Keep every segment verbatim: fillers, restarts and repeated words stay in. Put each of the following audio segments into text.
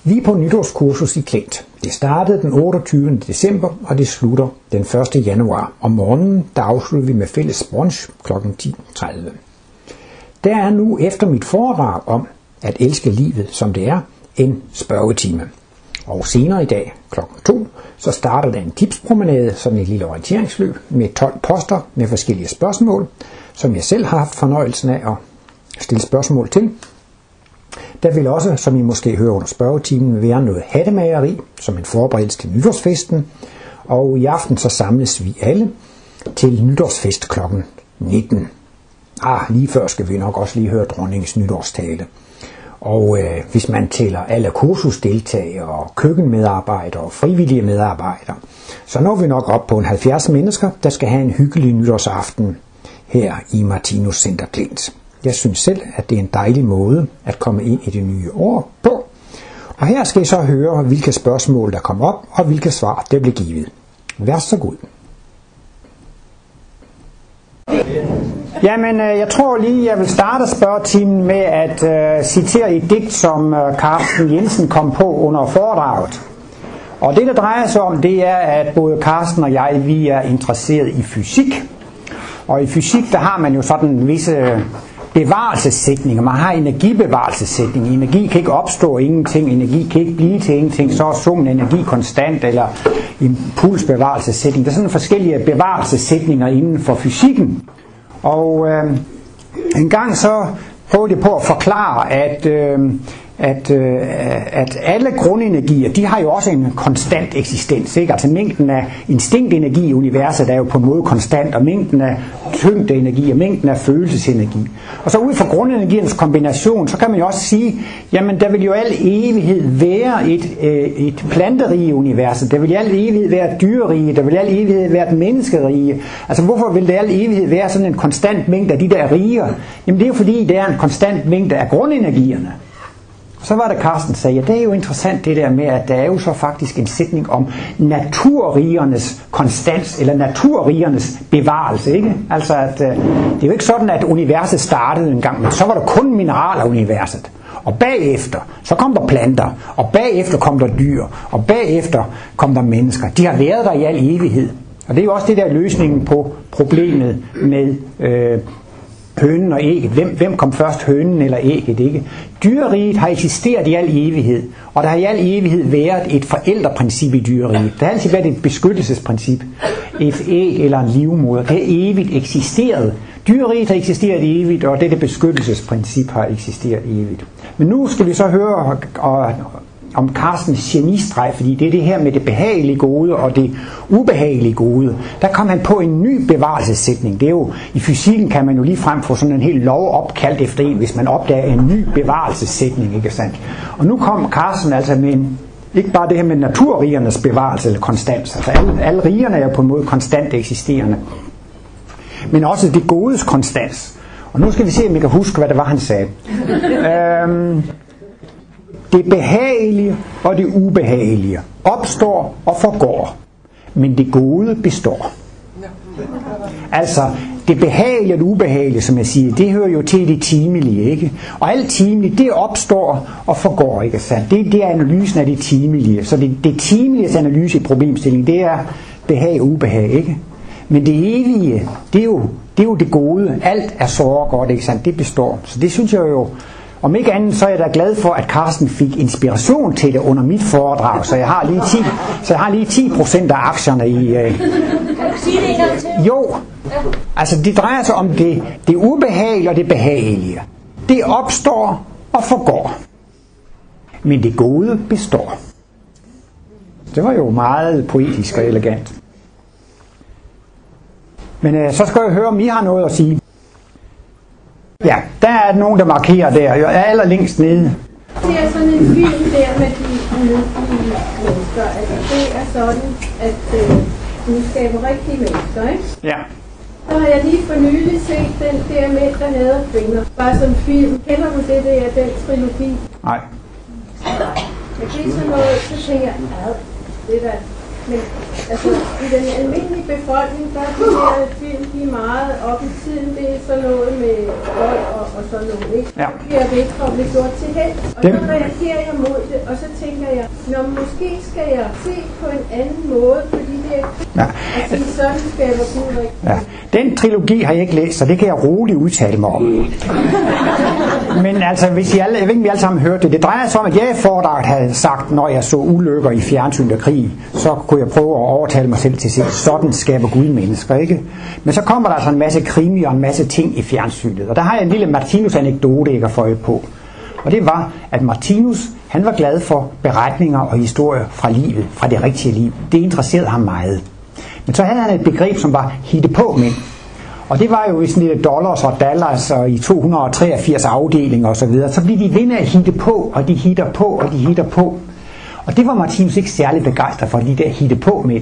Vi er på nytårskursus i Klint. Det startede den otteogtyvende december, og det slutter den første januar. Om morgenen, der afslutter vi med fælles brunch klokken ti tredive. Der er nu efter mit foredrag om at elske livet, som det er, en spørgetime. Og senere i dag klokken to, så starter der en tipspromenade, sådan et lille orienteringsløb med tolv poster med forskellige spørgsmål, som jeg selv har haft fornøjelsen af at stille spørgsmål til. Der vil også, som I måske hører under spørgetimen, være noget hattemageri, som en forberedelse til nytårsfesten. Og i aften så samles vi alle til nytårsfest klokken nitten. Ah, lige før skal vi nok også lige høre dronningens nytårstale. Og øh, hvis man tæller alle kursusdeltagere og køkkenmedarbejdere og frivillige medarbejdere, så når vi nok op på en halvfjerds mennesker, der skal have en hyggelig nytårsaften her i Martinus Center Klint. Jeg synes selv, at det er en dejlig måde at komme ind i det nye år på. Og her skal I så høre, hvilke spørgsmål der kommer op, og hvilke svar der bliver givet. Vær så god. Jamen, jeg tror lige, jeg vil starte spørgetimen med at uh, citere et digt, som uh, Carsten Jensen kom på under foredraget. Og det, der drejer sig om, det er, at både Carsten og jeg, vi er interesseret i fysik. Og i fysik, der har man jo sådan visse bevarelsessætninger. Man har energibevarelsessætning. Energi kan ikke opstå ingenting. Energi kan ikke blive til ingenting. Så er summen energi konstant, eller impulsbevarelsessætning. Der er sådan forskellige bevarelsessætninger inden for fysikken. Og øh, en gang så prøvede jeg på at forklare, at, øh, at, øh, at alle grundenergier, de har jo også en konstant eksistens. Ikke? Altså mængden af instinktenergi i universet er jo på en måde konstant, og mængden af tyngdeenergi og mængden af følelsesenergi. Og så ud fra grundenergiernes kombination, så kan man jo også sige, jamen der vil jo al evighed være et, øh, et planterige i universet. Der vil i al evighed være et dyrerige, der vil i al evighed være et menneskerige. Altså hvorfor vil der i al evighed være sådan en konstant mængde af de der riger? Jamen det er jo fordi, der er en konstant mængde af grundenergierne. Så var det Carsten sagde, ja, det er jo interessant det der med, at der er jo så faktisk en sætning om naturrigernes konstans, eller naturrigernes bevarelse, ikke? Altså, at, øh, det er jo ikke sådan, at universet startede en gang, men så var der kun mineraler i universet. Og bagefter, så kom der planter, og bagefter kom der dyr, og bagefter kom der mennesker. De har været der i al evighed. Og det er jo også det der løsningen på problemet med øh, hønen og ægget. Hvem, hvem kom først, hønen eller ægget, ikke? Dyreriget har eksisteret i al evighed, og der har i al evighed været et forældreprincip i dyreriget. Der har altid været et beskyttelsesprincip. Et æg eller en livmoder, det har evigt eksisteret. Dyreriget har eksisteret evigt, og dette beskyttelsesprincip har eksisteret evigt. Men nu skal vi så høre og, om Carstens genistreg, fordi det er det her med det behagelige gode og det ubehagelige gode. Der kom han på en ny bevarelsessætning. Det er jo, i fysikken kan man jo lige frem få sådan en hel lov opkaldt efter en, hvis man opdager en ny bevarelsessætning, ikke sandt? Og nu kom Carsten altså med en, ikke bare det her med naturrigernes bevarelse eller konstans. Altså alle, alle rigerne er jo på en måde konstant eksisterende. Men også det godes konstans. Og nu skal vi se, om I kan huske, hvad det var, han sagde. øhm, Det behagelige og det ubehagelige opstår og forgår, men det gode består. Altså, det behagelige og det ubehagelige, som jeg siger, det hører jo til det timelige, ikke? Og alt timeligt, det opstår og forgår, ikke sandt? Det, det er analysen af det timelige. Så det, det timeliges analyse i problemstillingen, det er behag og ubehag, ikke? Men det evige, det er jo det, er jo det gode. Alt er så godt, ikke sandt? Det består. Så det synes jeg jo. Om ikke andet, så er jeg da glad for, at Carsten fik inspiration til det under mit foredrag, så jeg har lige ti, så jeg har lige ti procent af aktierne i. Øh... Kan du sige det en gang til? Jo, altså det drejer sig om det, det ubehagelige og det behagelige. Det opstår og forgår, men det gode består. Det var jo meget poetisk og elegant. Men øh, så skal jeg høre, om I har noget at sige. Ja, der er nogen, der markerer der. Jeg er allerlængst nede. Det er sådan en film der med de ulykkelige mennesker. Altså det er sådan, at øh, du skaber rigtige mennesker, ikke? Ja. Så har jeg lige for nylig set den der Mænd, der hader kvinder. Bare som film. Kender du det der, den trilogi? Nej. Jeg gik sådan noget, så tænker jeg, ja, det er da Men altså, i den almindelige befolkning, der er de her film, de er meget op i tiden. Det er sådan noget med vold og, og sådan noget, ikke? Ja. Det er vedkommende gjort til held. Og Dem. så reagerer jeg mod det, og så tænker jeg, når måske skal jeg se på en anden måde, fordi det er Ja. at sige, sådan skaber Gud rigtigt. Ja. Den trilogi har jeg ikke læst, så det kan jeg roligt udtale mig om. Men altså, hvis I alle, jeg ved ikke, vi alle sammen hørte det, det drejer sig om, at jeg i foredraget havde sagt, når jeg så ulykker i fjernsyn og krig, så kunne jeg prøve at overtale mig selv til at sige, sådan skaber Gud mennesker, ikke? Men så kommer der altså en masse krimi og en masse ting i fjernsynet, og der har jeg en lille Martinus-anekdote, jeg kan få øje på. Og det var, at Martinus, han var glad for beretninger og historier fra livet, fra det rigtige liv. Det interesserede ham meget. Men så havde han et begreb, som var hittepå-mænd. Og det var jo i sådan lidt dollars og dollars og i to hundrede og treogfirs afdelinger og så videre. Så bliver de ved med at hitte på, og de hitter på, og de hitter på. Og det var Martinus ikke særlig begejstret for, de der hitte på mænd.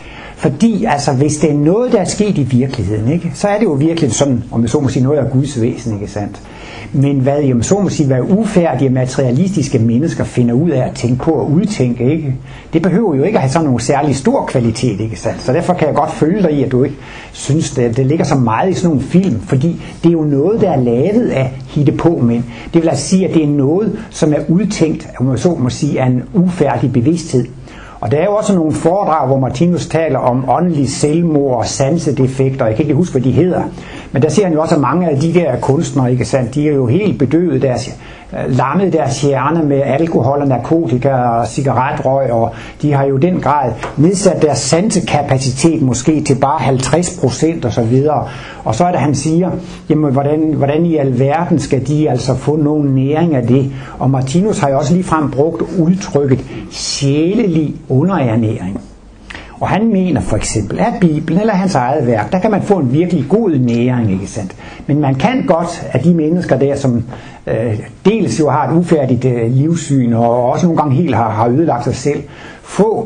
Fordi altså, hvis det er noget, der er sket i virkeligheden, ikke, så er det jo virkelig sådan, om jeg så må sige, noget af Guds væsen, ikke sandt? Men hvad jeg så må sige, hvad ufærdige materialistiske mennesker finder ud af at tænke på og udtænke, ikke? Det behøver jo ikke at have sådan nogen særlig stor kvalitet, ikke sandt? Så derfor kan jeg godt følge dig i, at du ikke synes, det, det ligger så meget i sådan nogle film, fordi det er jo noget, der er lavet af hittepå-mænd. Det vil altså sige, at det er noget, som er udtænkt, om jeg så må sige, af en ufærdig bevidsthed. Og der er jo også nogle foredrag, hvor Martinus taler om åndelig selvmord og sansedefekter. Jeg kan ikke huske, hvad de hedder. Men der ser han jo også, at mange af de der kunstnere, ikke sandt, de er jo helt bedøvet deres, lammet deres hjerne med alkohol og narkotika og cigaretrøg, og de har jo den grad nedsat deres sansekapacitet måske til bare halvtreds procent og så videre. Og så er det, han siger, jamen hvordan, hvordan i alverden skal de altså få nogen næring af det? Og Martinus har jo også ligefrem brugt udtrykket sjælelig underernæring. Og han mener for eksempel, at Bibelen eller hans eget værk, der kan man få en virkelig god næring, ikke sandt? Men man kan godt, at de mennesker der, som øh, dels jo har et ufærdigt øh, livssyn, og også nogle gange helt har, har ødelagt sig selv, få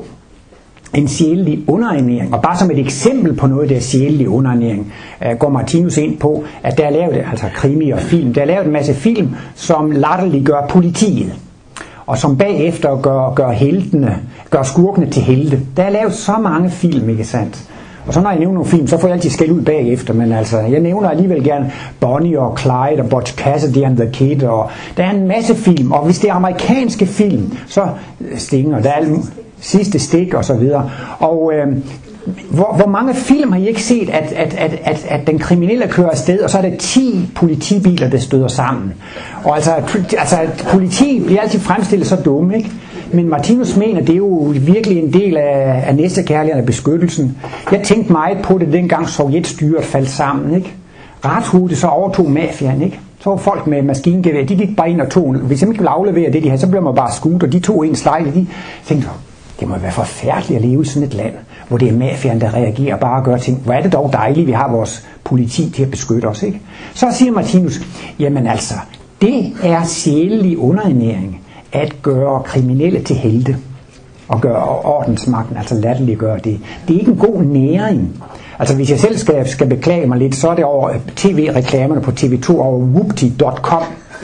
en sjælelig underernæring. Og bare som et eksempel på noget der sjælelig underernæring, øh, går Martinus ind på, at der er lavet, altså krimi og film, der er lavet en masse film, som latterliggør politiet, og som bagefter gør, gør heltene, gør skurkene til helte. Der er lavet så mange film, ikke sandt? Og så når jeg nævner nogle film, så får jeg altid skæld ud bagefter, men altså, jeg nævner alligevel gerne Bonnie og Clyde og Butch Cassidy and the Kid, og der er en masse film, og hvis det er amerikanske film, så stinger, der er sidste stik og så videre. Og øh, hvor, hvor mange film har I ikke set, at, at, at, at, at den kriminelle kører afsted, og så er der ti politibiler, der støder sammen. Og altså, altså politi bliver altid fremstillet så dumme, ikke? Men Martinus mener, det er jo virkelig en del af, af næstekærligheden og beskyttelsen. Jeg tænkte meget på det, dengang Sovjetstyret faldt sammen, ikke? Ret hurtigt så overtog mafiaen, ikke? Så var folk med maskingevær, de gik bare ind og tog, hvis de ikke ville aflevere det, de havde, så blev man bare skudt, og de tog en slejle, de tænkte, det må være forfærdeligt at leve i sådan et land, hvor det er mafiaen, der reagerer bare og gør ting. Hvor er det dog dejligt, vi har vores politi til at beskytte os, ikke? Så siger Martinus, jamen altså, det er sjælelig underernæring at gøre kriminelle til helte og gøre ordensmagten, altså latterliggøre det. Det er ikke en god næring. Altså hvis jeg selv skal, skal beklage mig lidt, så er det over tv-reklamerne på T V to over whoopty punktum com,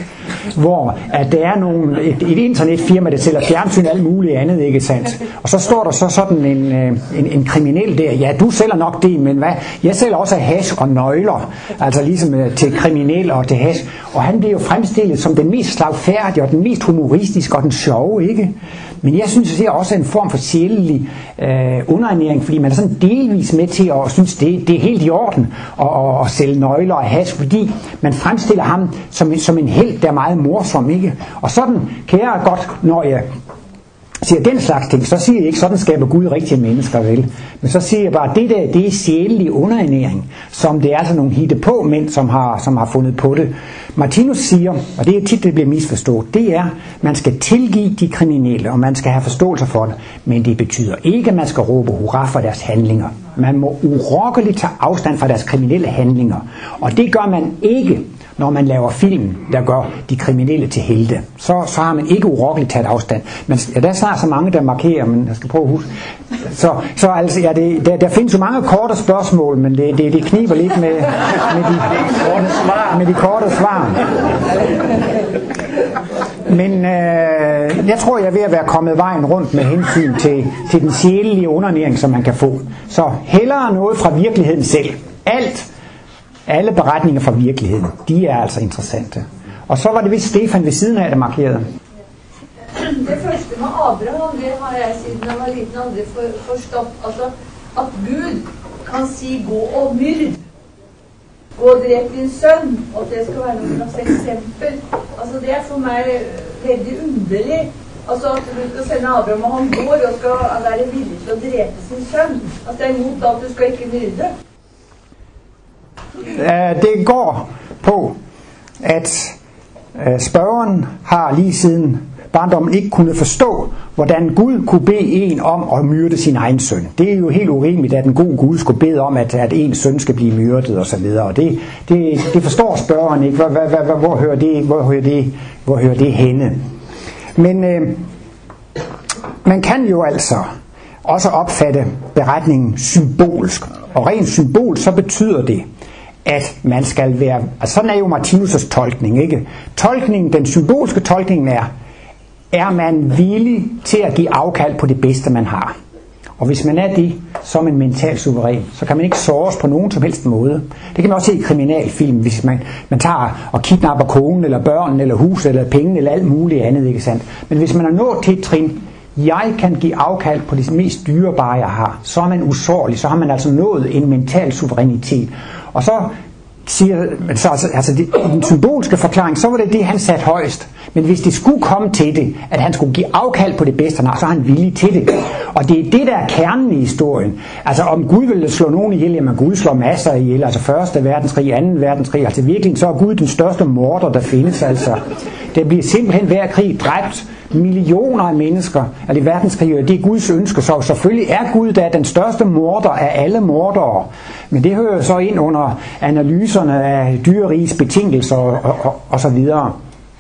hvor at der er nogle, et, et internetfirma, der sælger fjernsyn og alt muligt andet, ikke sandt? Og så står der så sådan en, en, en kriminel der, ja, du sælger nok det, men hvad? Jeg sælger også hash og nøgler, altså ligesom til kriminelle og til hash. Og han bliver jo fremstillet som den mest slagfærdige og den mest humoristiske og den sjove, ikke? Men jeg synes, det er også en form for sjælelig øh, underernæring, fordi man er sådan delvis med til at synes, det, det er helt i orden at, at, at sælge nøgler og hash, fordi man fremstiller ham som en, som en helt, der er meget morsom, ikke? Og sådan kan jeg godt, når jeg siger den slags ting, så siger jeg ikke, sådan skaber Gud rigtige mennesker, vel? Men så siger jeg bare, at det der, det er sjælelig underernæring, som det er altså nogle hittepå mænd, som har, som har fundet på det. Martinus siger, og det er tit, det bliver misforstået, det er, man skal tilgive de kriminelle, og man skal have forståelse for det, men det betyder ikke, at man skal råbe hurra for deres handlinger. Man må urokkeligt tage afstand fra deres kriminelle handlinger, og det gør man ikke, når man laver film, der gør de kriminelle til helte. Så, så har man ikke urokkeligt taget afstand. Men ja, der er snart så mange, der markerer, men jeg skal prøve at huske. Så, så altså, ja, det, der, der findes jo mange korte spørgsmål, men det, det, det kniber lidt med, med, de, med de korte svar. Men øh, jeg tror, jeg er ved at være kommet vejen rundt med hensyn til, til den sjælelige undernæring, som man kan få. Så hellere noget fra virkeligheden selv. Alt, alle beretninger fra virkeligheden, de er altså interessante. Og så var det vist Stefan ved siden af, der markerede. Det første med Abraham, det har jeg siden jeg var liten aldrig for, forstået. Altså, at Gud kan sige, gå og myrd. Gå og dræb din søn, og det skal være noen slags eksempel. Altså, det er for mig veldig underligt. Altså, at du skal sende Abraham, og han går og skal være villig til at dræbe sin søn. Altså, det er imot at du skal ikke myrde. Det går på, at spørgeren har lige siden barndommen ikke kunne forstå, hvordan Gud kunne bede en om at myrde sin egen søn. Det er jo helt urimeligt, at en god Gud skulle bede om, at, at en søn skal blive myrdet og så videre. Og det, det, det forstår spørgeren ikke. Hvor, hvor, hvor, hvor, hører det, hvor, hører det, hvor hører det henne? Men øh, man kan jo altså også opfatte beretningen symbolsk. Og rent symbol, så betyder det, at man skal være... Altså sådan er jo Martinus' tolkning, ikke? Tolkningen, den symbolske tolkning er, er man villig til at give afkald på det bedste, man har. Og hvis man er det, som en mental suveræn, så kan man ikke såres på nogen som helst måde. Det kan man også se i kriminalfilm, hvis man, man tager og kidnapper konen, eller børn, eller hus, eller penge, eller alt muligt andet, ikke sandt? Men hvis man er nået til et trin, jeg kan give afkald på det mest dyrebare, jeg har, så er man usårlig, så har man altså nået en mental suverænitet. Og så siger, så, altså, altså det, den symbolske forklaring, så var det det, han satte højst. Men hvis det skulle komme til det, at han skulle give afkald på det bedste, han har, så er han villig til det. Og det er det, der er kernen i historien. Altså om Gud ville slå nogen ihjel, jamen Gud slår masser ihjel, altså første verdenskrig, anden verdenskrig, altså virkelig, så er Gud den største morder, der findes. Altså, det bliver simpelthen hver krig dræbt millioner af mennesker, altså i verdenskrig, det er Guds ønske, så selvfølgelig er Gud der den største morder af alle mordere. Men det hører så ind under analyserne af dyreriges betingelser og, og, og, og så videre.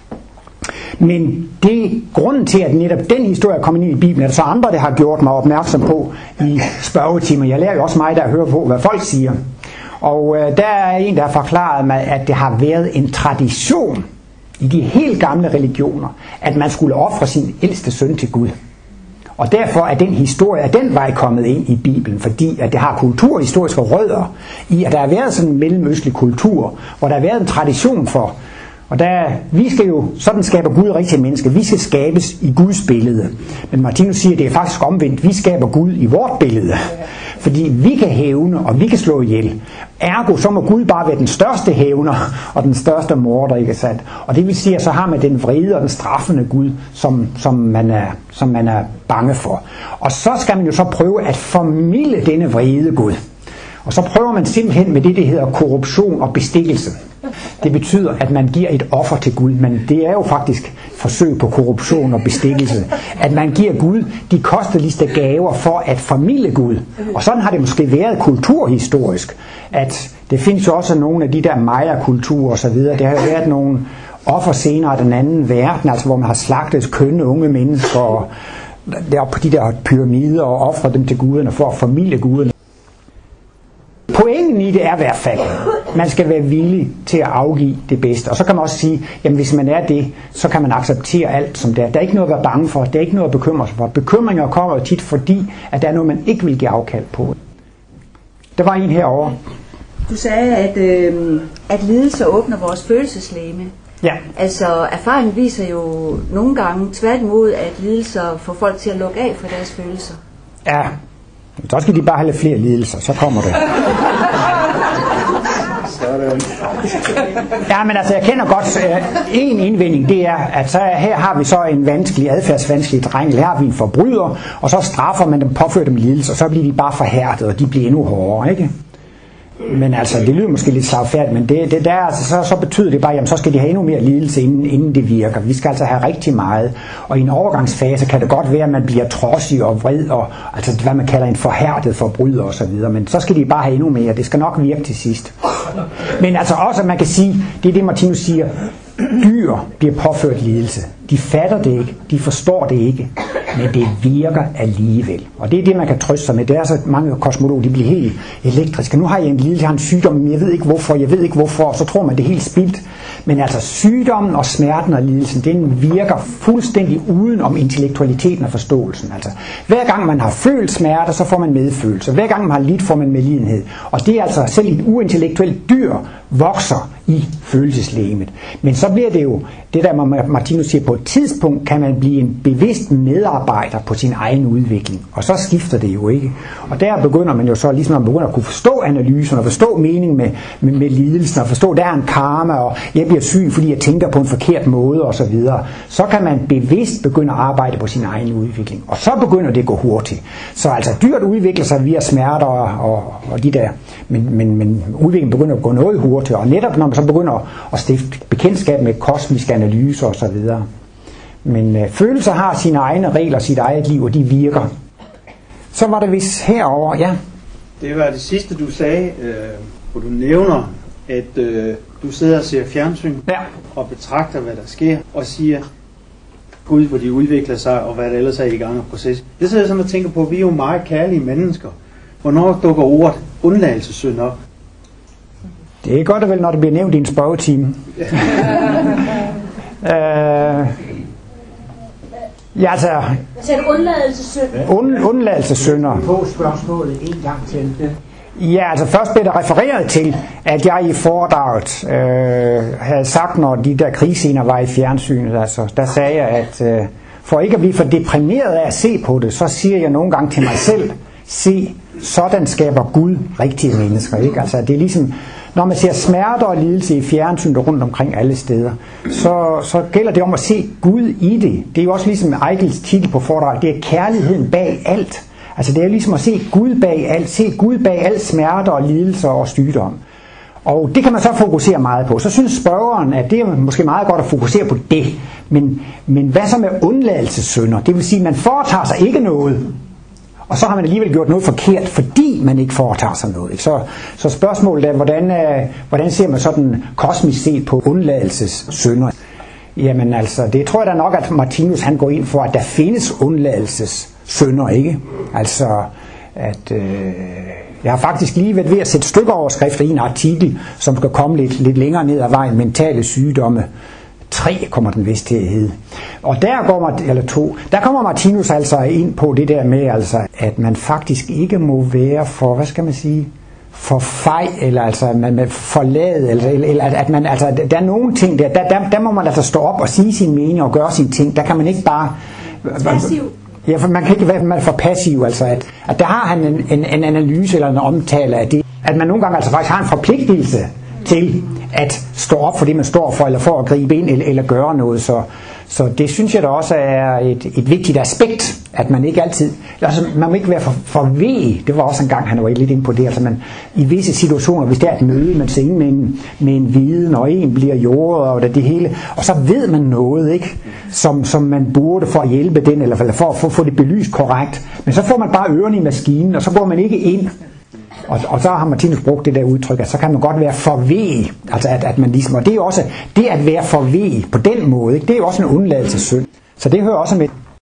Men det er grunden til, at netop den historie er kommet ind i Bibelen, er der så andre, der har gjort mig opmærksom på i spørgetimer. Jeg lærer jo også mig, der hører på, hvad folk siger. Og øh, der er en, der har forklaret mig, at det har været en tradition i de helt gamle religioner, at man skulle ofre sin ældste søn til Gud. Og derfor er den historie af den vej kommet ind i Bibelen, fordi at det har kulturhistoriske rødder i, at der har været sådan en mellemøstlig kultur, hvor der har været en tradition for. Og der, vi skal jo, sådan skaber Gud rigtige mennesker, vi skal skabes i Guds billede. Men Martinus siger, at det er faktisk omvendt, vi skaber Gud i vort billede. Fordi vi kan hævne, og vi kan slå ihjel. Ergo, så må Gud bare være den største hævner, og den største morder, ikke sandt? Og det vil sige, at så har man den vrede og den straffende Gud, som, som, man er, som man er bange for. Og så skal man jo så prøve at formilde denne vrede Gud. Og så prøver man simpelthen med det, der hedder korruption og bestikkelse. Det betyder, at man giver et offer til Gud, men det er jo faktisk forsøg på korruption og bestikkelse. At man giver Gud de kosteligste gaver for at formilde Gud. Og sådan har det måske været kulturhistorisk, at det findes jo også nogle af de der Maya-kulturer og så videre. Det har jo været nogle offerscener af den anden verden, altså hvor man har slagtet kønne unge mennesker og der på de der pyramider og offret dem til guderne for at formilde guderne. Pointen i det er i hvert fald, man skal være villig til at afgive det bedste. Og så kan man også sige, jamen hvis man er det, så kan man acceptere alt som det er. Der er ikke noget at være bange for, der er ikke noget at bekymre sig for. Bekymringer kommer jo tit fordi, at der er noget, man ikke vil give afkald på. Der var en herovre. Du sagde, at, øh, at lidelser åbner vores følelseslegeme. Ja. Altså erfaringen viser jo nogle gange tværtimod, at lidelser får folk til at lukke af for deres følelser. Ja. Så skal de bare have lidt flere lidelser, så kommer det. Ja, men altså, jeg kender godt uh, en indvending, det er, at så her har vi så en vanskelig, adfærdsvanskelig dreng, her har vi en forbryder, og så straffer man dem, påfører dem lidelser, og så bliver de bare forhærdet, og de bliver endnu hårdere, ikke? Men altså, det lyder måske lidt slagfærdigt, men det, det der, altså, så, så betyder det bare, jamen så skal de have endnu mere lidelse, inden, inden det virker. Vi skal altså have rigtig meget. Og i en overgangsfase kan det godt være, at man bliver trodsig og vred, og altså hvad man kalder en forhærdet forbryder og så videre. Men så skal de bare have endnu mere. Det skal nok virke til sidst. Men altså også, at man kan sige, det er det Martinus siger, dyr bliver påført lidelse. De fatter det ikke. De forstår det ikke. men det virker alligevel. Og det er det, man kan trøste sig med. Det er så mange kosmologer, de bliver helt elektriske. Nu har jeg en lidelse, jeg har en sygdom, men jeg ved ikke hvorfor, jeg ved ikke hvorfor, og så tror man, det er helt spildt. Men altså sygdommen og smerten og lidelsen, den virker fuldstændig uden om intellektualiteten og forståelsen. Altså hver gang man har følt smerte, så får man medfølelse. Hver gang man har lidt, får man medlidenhed. Og det er altså selv et uintellektuelt dyr vokser i følelseslegemet. Men så bliver det jo, det der Martinus siger, på et tidspunkt kan man blive en bevidst medarbejder på sin egen udvikling. Og så skifter det jo ikke. Og der begynder man jo så, ligesom man begynder at kunne forstå analysen og forstå meningen med, med, med lidelsen og forstå, der er en karma, og jeg bliver syg, fordi jeg tænker på en forkert måde og så videre. Så kan man bevidst begynde at arbejde på sin egen udvikling. Og så begynder det at gå hurtigt. Så altså dyrt udvikler sig via smerter og, og, og de der, men, men, men udviklingen begynder at gå noget hurtigt. Og netop når man så begynder at stifte bekendtskab med kosmiske analyser og så videre. Men øh, følelser har sine egne regler, sit eget liv, og de virker. Så var det vist herover, ja. Det var det sidste, du sagde, øh, hvor du nævner, at øh, du sidder og ser fjernsyn, ja, og betragter, hvad der sker, og siger, Gud, hvor de udvikler sig, og hvad der ellers er i gang af proces. Jeg sidder sådan og tænker på, at vi er jo meget kærlige mennesker. Hvornår dukker ordet undladelsessynd op? Det er godt vel, når det bliver nævnt i en spørgetime. øh, ja, altså... Hvad sagde du? Undladelsessynd? Und, undladelsessynder. På spørgsmålet en gang til. Ja, altså først blev der refereret til, at jeg i foredraget øh, havde sagt, når de der krigsscener var i fjernsynet, altså, der sagde jeg, at øh, for ikke at blive for deprimeret af at se på det, så siger jeg nogle gange til mig selv, se, sådan skaber Gud rigtige mennesker, ikke? Altså det er ligesom, når man ser smerter og lidelse i fjernsynet rundt omkring alle steder, så, så gælder det om at se Gud i det. Det er jo også ligesom Eichels titel på foredraget, det er kærligheden bag alt. Altså det er ligesom at se Gud bag alt, se Gud bag alt smerter og lidelser og sygdom. Og det kan man så fokusere meget på. Så synes spørgeren, at det er måske meget godt at fokusere på det. Men, men hvad så med undladelsessynder? Det vil sige, at man foretager sig ikke noget, og så har man alligevel gjort noget forkert, fordi man ikke foretager sig noget. Ikke? Så, så spørgsmålet er, hvordan, hvordan ser man sådan kosmisk set på undladelsessynder? Jamen altså, det tror jeg da nok, at Martinus han går ind for, at der findes undladelsessynder, ikke? Altså, at øh, jeg har faktisk lige været ved at sætte stykkeoverskrifter i en artikel, som skal komme lidt, lidt længere ned ad vejen, mentale sygdomme. tre kommer den vist til at hedde. Og der går man, eller to, der kommer Martinus altså ind på det der med, altså, at man faktisk ikke må være for, hvad skal man sige, for fej, eller altså man man forlade, eller, eller at man, altså der er nogle ting der, der, der, der må man altså stå op og sige sin mening og gøre sine ting. Der kan man ikke bare passiv. Ja, for man kan ikke være man er for passiv, altså at, at der har han en, en, en analyse eller en omtale af det, at man nogle gange altså faktisk har en forpligtelse til at stå op for det, man står for, eller for at gribe ind, eller, eller gøre noget. Så, så det synes jeg da også er et, et vigtigt aspekt, at man ikke altid, altså man må ikke være for, for væg. Det var også en gang, han var lidt inde på det, altså man, i visse situationer, hvis der er et møde, man ser ind med en, med en viden, og en bliver jordet, og det, det hele, og så ved man noget, ikke, som, som man burde for at hjælpe den, eller for at få, få det belyst korrekt, men så får man bare ørerne i maskinen, og så går man ikke ind. Og, og så har Martinus brugt det der udtryk, at så kan man godt være forvæg, altså at, at man ligesom, og det er jo også, det at være forvæg på den måde, ikke, det er jo også en undladelsessynd. Så det hører også med.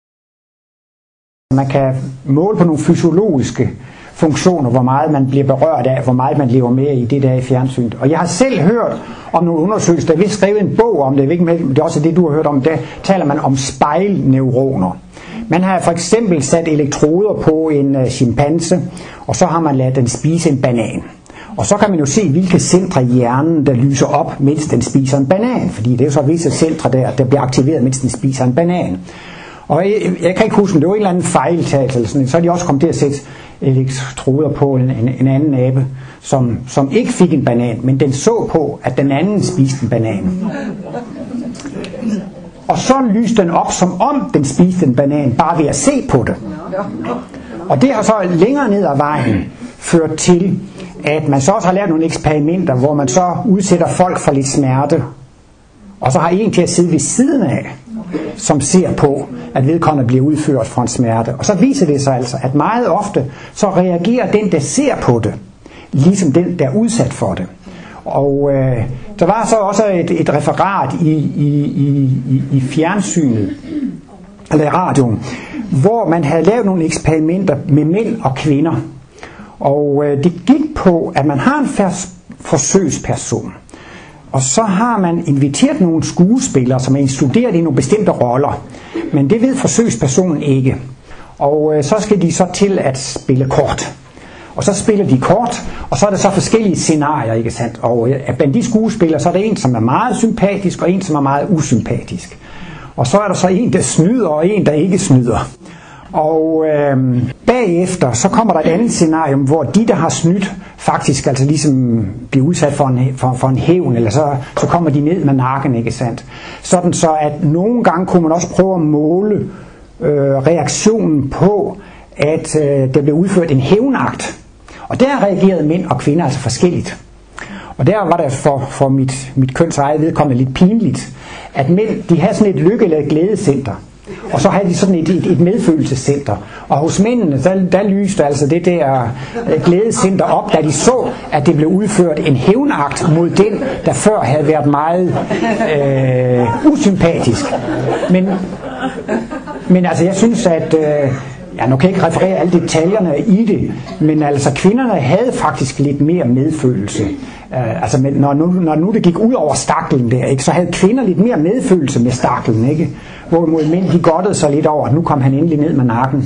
Man kan måle på nogle fysiologiske funktioner, hvor meget man bliver berørt af, hvor meget man lever med i det der i fjernsynet. Og jeg har selv hørt om nogle undersøgelser, der er vist skrevet en bog om det, det er også det, du har hørt om, der taler man om spejlneuroner. Man har for eksempel sat elektroder på en uh, chimpanse, og så har man ladet den spise en banan. Og så kan man jo se, hvilke centre i hjernen, der lyser op, mens den spiser en banan. Fordi det er jo så visse centre der, der bliver aktiveret, mens den spiser en banan. Og jeg, jeg kan ikke huske, det var en eller anden fejltagelse, eller sådan, så er de også kommet til at sætte elektroder på en, en, en anden abe, som, som ikke fik en banan, men den så på, at den anden spiste en banan. Og så lyste den op, som om den spiste en banan, bare ved at se på det. Og det har så længere ned ad vejen ført til, at man så også har lavet nogle eksperimenter, hvor man så udsætter folk for lidt smerte, og så har en til at sidde ved siden af, som ser på, at vedkommende bliver udført for en smerte. Og så viser det sig altså, at meget ofte, så reagerer den, der ser på det, ligesom den, der er udsat for det. Og øh, der var så også et, et referat i, i, i, i fjernsynet, eller i radioen, hvor man havde lavet nogle eksperimenter med mænd og kvinder. Og øh, det gik på, at man har en fers- forsøgsperson, og så har man inviteret nogle skuespillere, som er instuderet i nogle bestemte roller. Men det ved forsøgspersonen ikke. Og øh, så skal de så til at spille kort. Og så spiller de kort, og så er der så forskellige scenarier, ikke sandt? Og øh, blandt de skuespillere, så er der en, som er meget sympatisk, og en, som er meget usympatisk. Og så er der så en, der snyder, og en, der ikke snyder. Og øh, bagefter, så kommer der et andet scenarie, hvor de, der har snydt, faktisk altså ligesom bliver udsat for en, for, for en hævn, eller så, så kommer de ned med nakken, ikke sandt? Sådan så, at nogle gange kunne man også prøve at måle øh, reaktionen på, at øh, der blev udført en hævnakt. Og der reagerede mænd og kvinder altså forskelligt. Og der var det for, for mit, mit køns eget vedkommende lidt pinligt, at mænd, de havde sådan et lykke- eller et glædecenter. Og så havde de sådan et, et, et medfølelsescenter. Og hos mændene, der, der lyste altså det der glædecenter op, da de så, at det blev udført en hævnakt mod den, der før havde været meget øh, usympatisk. Men, men altså, jeg synes, at... Øh, ja, nu kan jeg ikke referere alle detaljerne i det, men altså kvinderne havde faktisk lidt mere medfølelse. Uh, altså men når, nu, når nu det gik ud over staklen der, ikke, så havde kvinder lidt mere medfølelse med staklen, ikke? Hvorimod mænd, de godtede sig lidt over, at nu kom han endelig ned med nakken.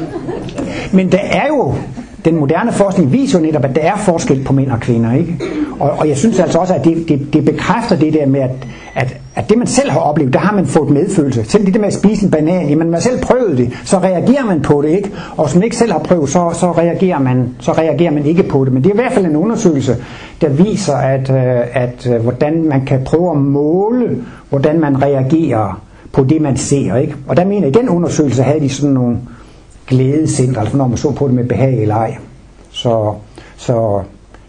Men der er jo, den moderne forskning viser jo netop, at der er forskel på mænd og kvinder, ikke? Og, og jeg synes altså også, at det, det, det bekræfter det der med, at, at, at det man selv har oplevet, der har man fået medfølelse. Selv det der med at spise en banan, jamen man har selv prøvet det, så reagerer man på det, ikke? Og hvis man ikke selv har prøvet, så, så, reagerer man, så reagerer man ikke på det. Men det er i hvert fald en undersøgelse, der viser, at, at hvordan man kan prøve at måle, hvordan man reagerer på det, man ser, ikke? Og der mener jeg, i den undersøgelse havde de sådan nogle glædecenter, altså når man så på det med behag eller ej. Så, så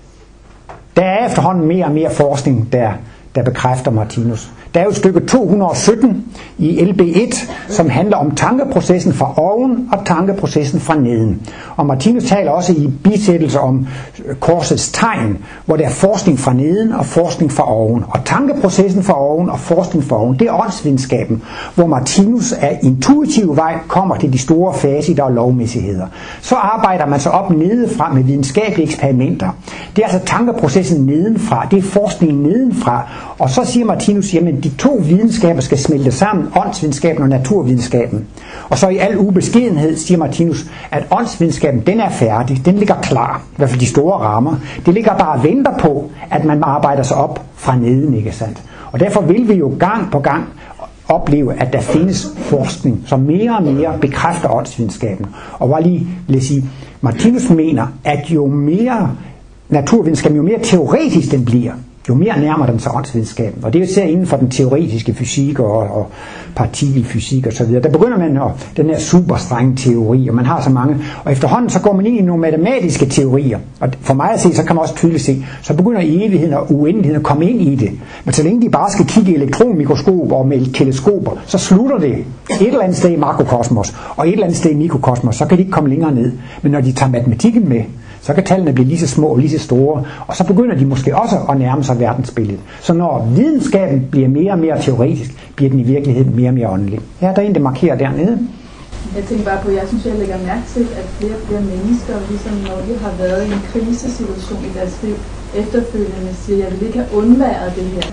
der er efterhånden mere og mere forskning, der, der bekræfter Martinus. Der er jo stykke to hundrede og sytten i L B et, som handler om tankeprocessen fra oven og tankeprocessen fra neden. Og Martinus taler også i bisættelse om korsets tegn, hvor der er forskning fra neden og forskning fra oven. Og tankeprocessen fra oven og forskning fra oven, det er åndsvidenskaben, hvor Martinus af intuitiv vej kommer til de store faciter og lovmæssigheder. Så arbejder man sig op nedefra med videnskabelige eksperimenter. Det er altså tankeprocessen nedenfra, det er forskningen nedenfra. Og så siger Martinus, jamen de to videnskaber skal smelte sammen, åndsvidenskaben og naturvidenskaben. Og så i al ubeskedenhed siger Martinus, at åndsvidenskaben, den er færdig, den ligger klar, i hvert fald de store rammer. Det ligger bare og venter på, at man arbejder sig op fra neden, ikke sandt? Og derfor vil vi jo gang på gang opleve, at der findes forskning, som mere og mere bekræfter åndsvidenskaben. Og hvor lige vil jeg sige, Martinus mener, at jo mere naturvidenskaben, jo mere teoretisk den bliver, jo mere nærmer den sig åndsvidenskaben. Og det er jo især inden for den teoretiske fysik og, og partikelfysik og så videre. Der begynder man at den her superstrenge teori, og man har så mange. Og efterhånden så går man ind i nogle matematiske teorier. Og for mig at se, så kan man også tydeligt se, så begynder evigheden og uendeligheden at komme ind i det. Men så længe de bare skal kigge i elektronmikroskop og med teleskoper, så slutter det et eller andet sted i makrokosmos og et eller andet sted i mikrokosmos, så kan de ikke komme længere ned. Men når de tager matematikken med, så kan tallene blive lige så små og lige så store, og så begynder de måske også at nærme sig verdensbilledet. Så når videnskaben bliver mere og mere teoretisk, bliver den i virkeligheden mere og mere åndelig. Ja, der er en, der markerer dernede. Jeg tænker bare på, jeg synes, jeg lægger mærke til, at flere og flere mennesker, ligesom når de har været i en krisesituation i deres liv, efterfølgende siger, jeg vil ikke have undværet det her.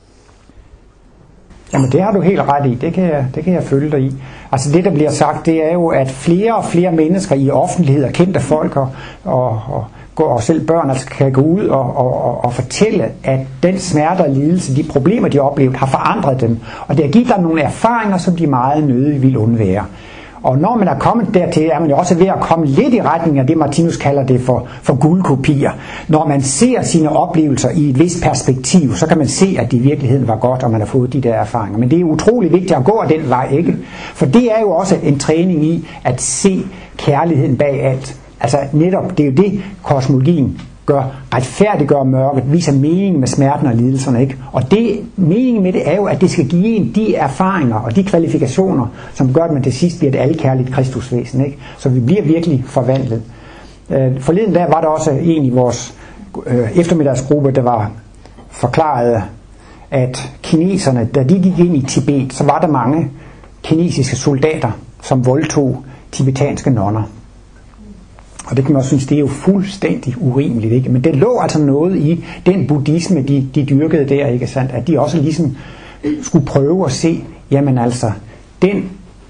Jamen det har du helt ret i, det kan jeg, det kan jeg følge dig i. Altså det der bliver sagt, det er jo, at flere og flere mennesker i offentlighed og kendte folk og, og, og, og selv børn altså kan gå ud og, og, og fortælle, at den smerte og lidelse, de problemer de har oplevet, har forandret dem. Og det har givet dem nogle erfaringer, som de meget nødig vil undvære. Og når man er kommet dertil, er man jo også ved at komme lidt i retning af det, Martinus kalder det for, for guldkopier. Når man ser sine oplevelser i et vist perspektiv, så kan man se, at det i virkeligheden var godt, og man har fået de der erfaringer. Men det er utrolig vigtigt at gå den vej, ikke? For det er jo også en træning i at se kærligheden bag alt. Altså netop, det er jo det, kosmologien gør, retfærdiggør mørket, viser mening med smerten og lidelserne, ikke? Og det, meningen med det er jo, at det skal give en de erfaringer og de kvalifikationer, som gør, at man til sidst bliver et alkærligt kristusvæsen, ikke? Så vi bliver virkelig forvandlet. Øh, forleden dag var der også en i vores øh, eftermiddagsgruppe, der var forklaret, at kineserne, da de gik ind i Tibet, så var der mange kinesiske soldater, som voldtog tibetanske nonner. Og det kan man også synes, det er jo fuldstændig urimeligt, ikke? Men det lå altså noget i den buddhisme, de, de dyrkede der, ikke sandt? At de også ligesom skulle prøve at se, jamen altså, den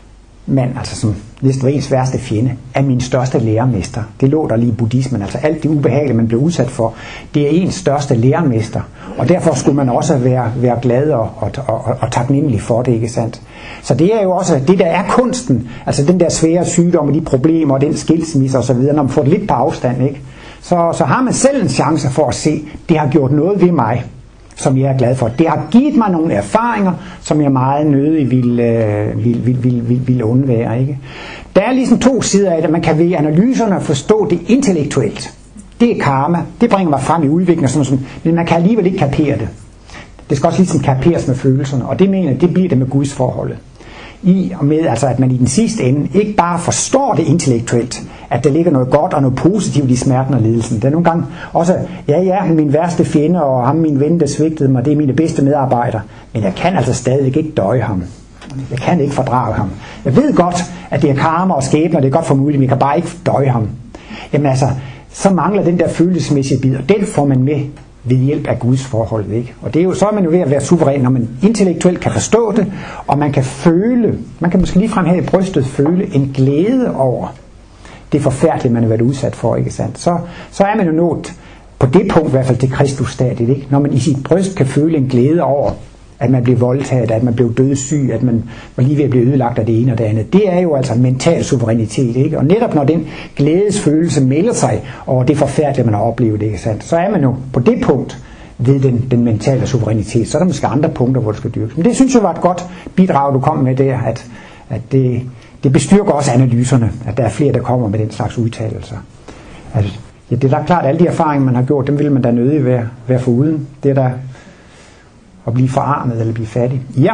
mand, altså som næsten var ens værste fjende, er min største lærermester. Det lå der lige i buddhismen, altså alt det ubehagelige, man blev udsat for, det er ens største lærermester. Og derfor skulle man også være, være glad og, og, og, og taknemmelig for det, ikke sandt? Så det er jo også, det der er kunsten, altså den der svære sygdom og de problemer og den skilsmisse og så videre, når man får det lidt på afstand, ikke? Så, så har man selv en chance for at se, det har gjort noget ved mig, som jeg er glad for. Det har givet mig nogle erfaringer, som jeg meget nødig vil, øh, vil, vil, vil, vil, vil undvære, ikke? Der er ligesom to sider af det. Man kan ved analyserne forstå det intellektuelt. Det er karma. Det bringer mig frem i udviklingen, sådan, sådan, men man kan alligevel ikke kapere det. Det skal også ligesom kaperes med følelserne, og det mener det bliver det med Guds forholdet. I og med, altså, at man i den sidste ende ikke bare forstår det intellektuelt, at der ligger noget godt og noget positivt i smerten og lidelsen. Det er nogle gange også, ja ja, min værste fjende og ham min ven, der svigtede mig, det er mine bedste medarbejdere, men jeg kan altså stadigvæk ikke døje ham. Jeg kan ikke fordrage ham. Jeg ved godt, at det er karma og skæbne, og det er godt for muligt, men jeg kan bare ikke døje ham. Jamen altså, så mangler den der følelsesmæssige bid, og den får man med ved hjælp af Guds forhold, ikke? Og det er jo, så er man jo ved at være suveræn, når man intellektuelt kan forstå det, og man kan føle, man kan måske ligefrem her i brystet føle en glæde over det forfærdelige, man har været udsat for, ikke sandt? Så, så er man jo nået på det punkt i hvert fald til Kristusstadiet, ikke? Når man i sit bryst kan føle en glæde over, at man blev voldtaget, at man blev dødssyg, at man var lige ved at blive ødelagt af det ene og det andet. Det er jo altså mental suverænitet, ikke? Og netop når den glædesfølelse melder sig over det forfærdelige, man har oplevet, ikke sandt? Så er man jo på det punkt ved den, den mentale suverænitet. Så er der måske andre punkter, hvor det skal dyrkes. Men det synes jeg var et godt bidrag, du kom med der, at, at det, det bestyrker også analyserne, at der er flere, der kommer med den slags udtalelser. At, ja, det er da klart, at alle de erfaringer, man har gjort, dem vil man da nødig være, være foruden. Det er der at blive forarmet eller blive fattig. Ja.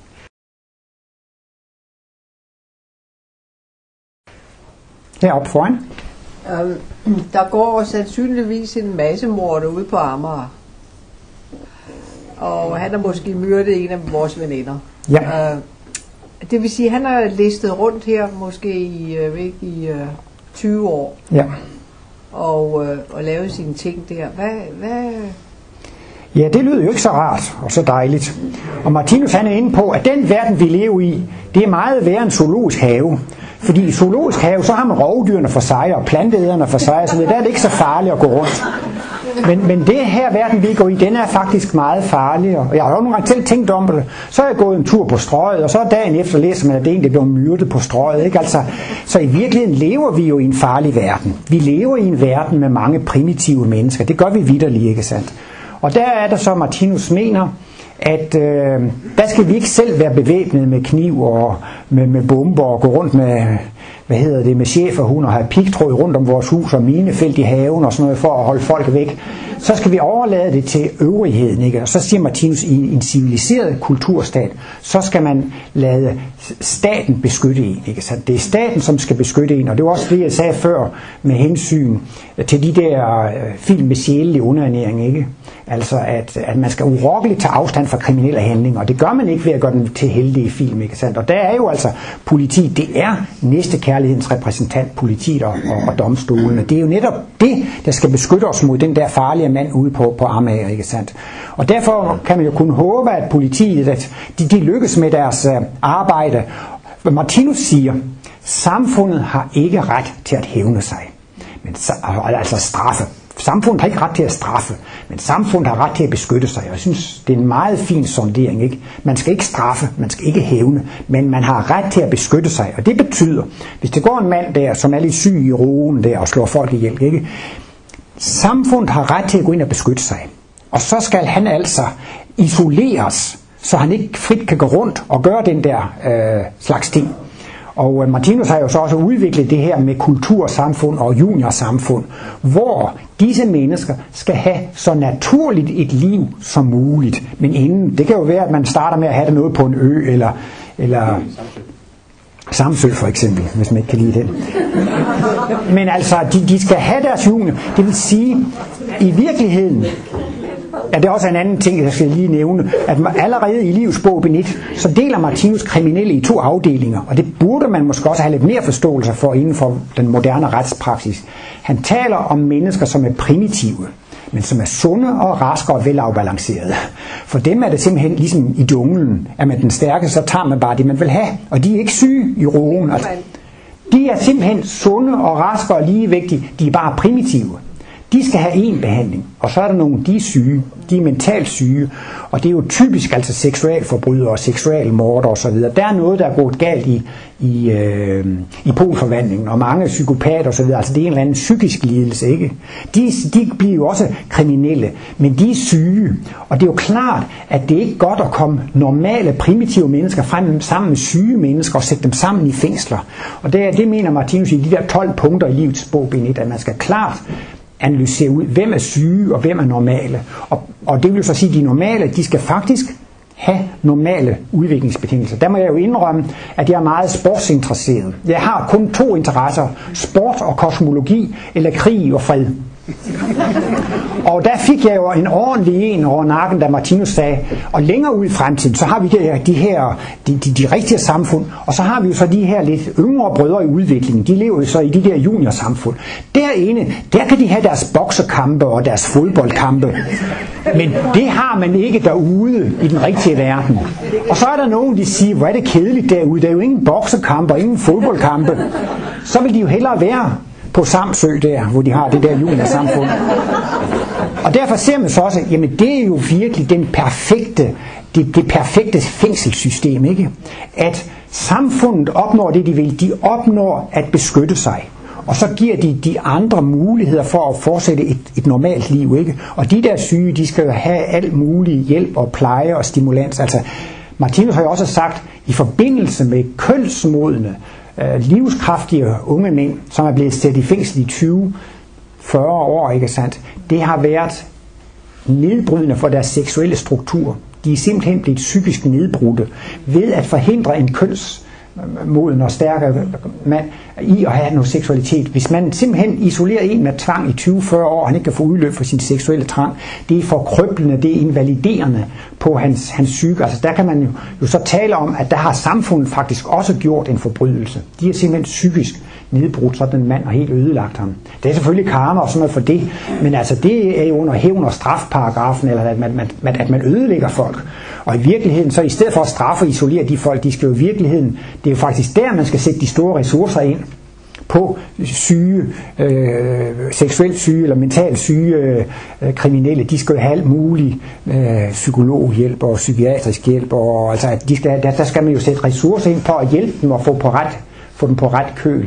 Heroppe foran. Um, der går sandsynligvis en massemorder ude på Amager. Og han har måske myrdet en af vores veninder. Ja. Uh, det vil sige, at han har listet rundt her måske i, uh, ikke, i uh, tyve år. Ja. Og, uh, og lavet sine ting der. Hvad... hvad Ja, det lyder jo ikke så rart og så dejligt. Og Martinus han er inde på, at den verden, vi lever i, det er meget værre en zoologisk have. Fordi i zoologisk have, så har man rovdyrene for sig, og planteæderne for sig, så der er det ikke så farligt at gå rundt. Men, men det her verden, vi går i, den er faktisk meget farlig. Og jeg har jo nogle gange selv tænkt om det. Så er jeg gået en tur på Strøget, og så dagen efter læser man, at det egentlig blev myrdet på Strøget. Ikke? Altså, så i virkeligheden lever vi jo i en farlig verden. Vi lever i en verden med mange primitive mennesker. Det gør vi vitterligt, ikke sandt? Og der er der så, Martinus mener, at øh, der skal vi ikke selv være bevæbnet med kniv og med, med bomber og gå rundt med, hvad hedder det, med cheferhund og have pigtråd rundt om vores hus og minefelt i haven og sådan noget for at holde folk væk. Så skal vi overlade det til øvrigheden, ikke? Og så siger Martinus, i en civiliseret kulturstat, så skal man lade staten beskytte en, ikke? Så det er staten, som skal beskytte en, og det var også det, jeg sagde før med hensyn til de der film med sjælelig underernæring, ikke? Altså at, at man skal urokkeligt tage afstand fra kriminelle handlinger, og det gør man ikke ved at gøre den til heldige film, ikke sandt? Og der er jo altså politi, det er næstekærlighedens repræsentant, politiet og, og, og domstolene. Det er jo netop det, der skal beskytte os mod den der farlige mand ude på, på Amager, ikke sandt? Og derfor kan man jo kun håbe, at politiet, at de, de lykkes med deres uh, arbejde. Martinus siger, samfundet har ikke ret til at hævne sig, men, altså straffe. Samfundet har ikke ret til at straffe, men samfundet har ret til at beskytte sig. Jeg synes, det er en meget fin sondering, ikke? Man skal ikke straffe, man skal ikke hævne, men man har ret til at beskytte sig. Og det betyder, hvis det går en mand der, som er lidt syg i roen der og slår folk ihjel, ikke? Samfundet har ret til at gå ind og beskytte sig. Og så skal han altså isoleres, så han ikke frit kan gå rundt og gøre den der øh, slags ting. Og Martinus har jo så også udviklet det her med kultursamfund og juniorsamfund, hvor disse mennesker skal have så naturligt et liv som muligt. Men inden, det kan jo være, at man starter med at have det noget på en ø, eller, eller Samsø for eksempel, hvis man ikke kan lide det. Men altså, de, de skal have deres junior. Det vil sige, i virkeligheden, Ja, det er også en anden ting, jeg skal lige nævne, at allerede i Livets bog bind et, så deler Martinus kriminelle i to afdelinger, og det burde man måske også have lidt mere forståelse for inden for den moderne retspraksis. Han taler om mennesker, som er primitive, men som er sunde og raske og velafbalancerede. For dem er det simpelthen ligesom i junglen, at man den stærke, så tager man bare det, man vil have, og de er ikke syge i roen. Altså, de er simpelthen sunde og raske og ligevægtige, de er bare primitive. De skal have en behandling, og så er der nogle, de er syge, de er mentalt syge, og det er jo typisk altså seksualforbrydere og seksualmordere osv. Der er noget, der er gået galt i, i, øh, i polforvandlingen, og mange psykopater osv. Altså det er en eller anden psykisk lidelse, ikke? De, de bliver jo også kriminelle, men de er syge, og det er jo klart, at det er ikke godt at komme normale, primitive mennesker frem sammen med syge mennesker og sætte dem sammen i fængsler. Og det, det mener Martinus i de der tolv punkter i Livets bog bind et, at man skal klart analysere ud, hvem er syge og hvem er normale. Og, og det vil jo så sige, at de normale, de skal faktisk have normale udviklingsbetingelser. Der må jeg jo indrømme, at jeg er meget sportsinteresseret. Jeg har kun to interesser, sport og kosmologi, eller krig og fred. Og der fik jeg jo en ordentlig en over nakken, da Martinus sagde, og længere ud i fremtiden, så har vi de, de her, de, de, de rigtige samfund, og så har vi jo så de her lidt yngre brødre i udviklingen, de lever jo så i de der juniorsamfund. Derinde, der kan de have deres boksekampe og deres fodboldkampe, men det har man ikke derude i den rigtige verden. Og så er der nogen, der siger, hvor er det kedeligt derude, der er jo ingen boksekampe og ingen fodboldkampe. Så vil de jo hellere være på Samsø der, hvor de har det der juniorsamfund. Og derfor ser man så også, jamen det er jo virkelig den perfekte, det, det perfekte fængselssystem, ikke? At samfundet opnår det, de vil. De opnår at beskytte sig. Og så giver de de andre muligheder for at fortsætte et, et normalt liv, ikke? Og de der syge, de skal jo have alt mulig hjælp og pleje og stimulans. Altså, Martinus har jo også sagt, i forbindelse med kønsmodne, livskraftige unge mænd, som er blevet sat i fængsel i tyve til fyrre år, ikke sandt? Det har været nedbrydende for deres seksuelle struktur. De er simpelthen blevet psykisk nedbrudte ved at forhindre en kønsmoden og stærkere mand i at have noget seksualitet. Hvis man simpelthen isolerer en med tvang i tyve til fyrre år, og han ikke kan få udløb for sin seksuelle trang, det er forkrøblende, det er invaliderende på hans, hans psyke. Altså der kan man jo, jo så tale om, at der har samfundet faktisk også gjort en forbrydelse. De er simpelthen psykisk nedbrudt, så den mand har helt ødelagt ham. Det er selvfølgelig karma og sådan noget for det, men altså det er jo under hævn- og strafparagrafen, eller at man, man, at man ødelægger folk. Og i virkeligheden, så i stedet for at straffe og isolere de folk, de skal jo i virkeligheden, det er jo faktisk der, man skal sætte de store ressourcer ind på syge, øh, seksuelt syge eller mentalt syge øh, kriminelle. De skal jo have alt muligt øh, psykologhjælp og psykiatrisk hjælp, og altså, de skal, der, der skal man jo sætte ressourcer ind på at hjælpe dem og få, på ret, få dem på ret køl.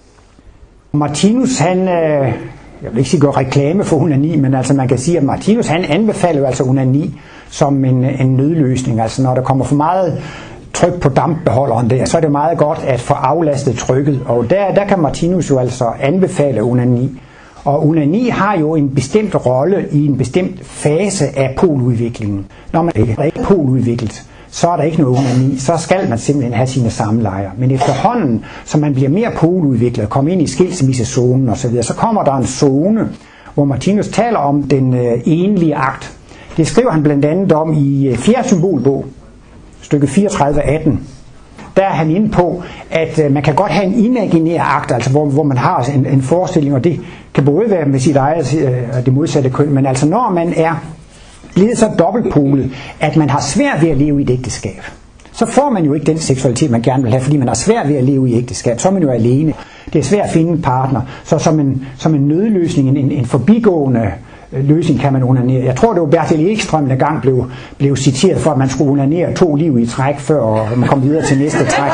Martinus, han, øh, jeg vil ikke sige gøre reklame for onani, men altså man kan sige, at Martinus, han anbefaler jo altså onani som en, en nødløsning. Altså når der kommer for meget tryk på dampbeholderen der, så er det meget godt at få aflastet trykket, og der, der kan Martinus jo altså anbefale onani. Og onani har jo en bestemt rolle i en bestemt fase af poludviklingen. Når man ikke er poludviklet, så er der ikke noget onani, så skal man simpelthen have sine samlejer. Men efterhånden, som man bliver mere poludviklet og kommer ind i skilsmissezonen osv., så kommer der en zone, hvor Martinus taler om den øh, enlige akt. Det skriver han blandt andet om i øh, fjerde symbolbog, stykke fireogtredive atten. Der er han inde på, at øh, man kan godt have en imaginær akt, altså hvor, hvor man har en, en forestilling, og det kan både være med sit eget øh, det modsatte køn, men altså når man er blevet så dobbeltpolet, at man har svært ved at leve i et ægteskab, så får man jo ikke den seksualitet, man gerne vil have, fordi man har svært ved at leve i ægteskab. Så er man jo alene. Det er svært at finde en partner. Så som en, som en nødløsning, en, en forbigående løsning kan man onanere. Jeg tror, det var Bertil Ekstrøm, der gang blev, blev citeret for, at man skulle onanere to liv i træk, før man kom videre til næste træk.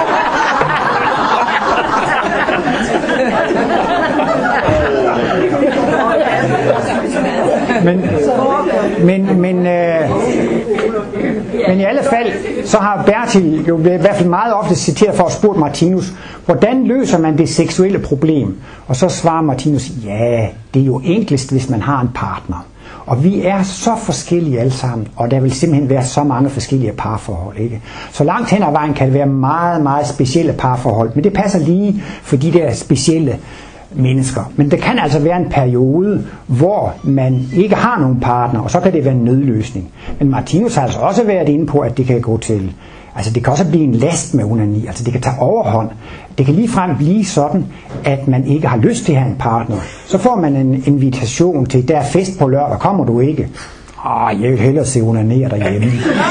Men, men, men, øh, men i alle fald, så har Bertil jo i hvert fald meget ofte citeret for at spurgt Martinus, hvordan løser man det seksuelle problem? Og så svarer Martinus, ja, det er jo enklest, hvis man har en partner. Og vi er så forskellige alle sammen, og der vil simpelthen være så mange forskellige parforhold, ikke? Så langt hen ad vejen kan det være meget, meget specielle parforhold, men det passer lige for de der specielle mennesker. Men det kan altså være en periode, hvor man ikke har nogen partner, og så kan det være en nødløsning. Men Martinus har altså også været inde på, at det kan gå til, altså det kan også blive en last med onani, altså det kan tage overhånd. Det kan ligefrem blive sådan, at man ikke har lyst til at have en partner. Så får man en invitation til, der er fest på lørdag, kommer du ikke? Ah, jeg vil hellere se onanere derhjemme.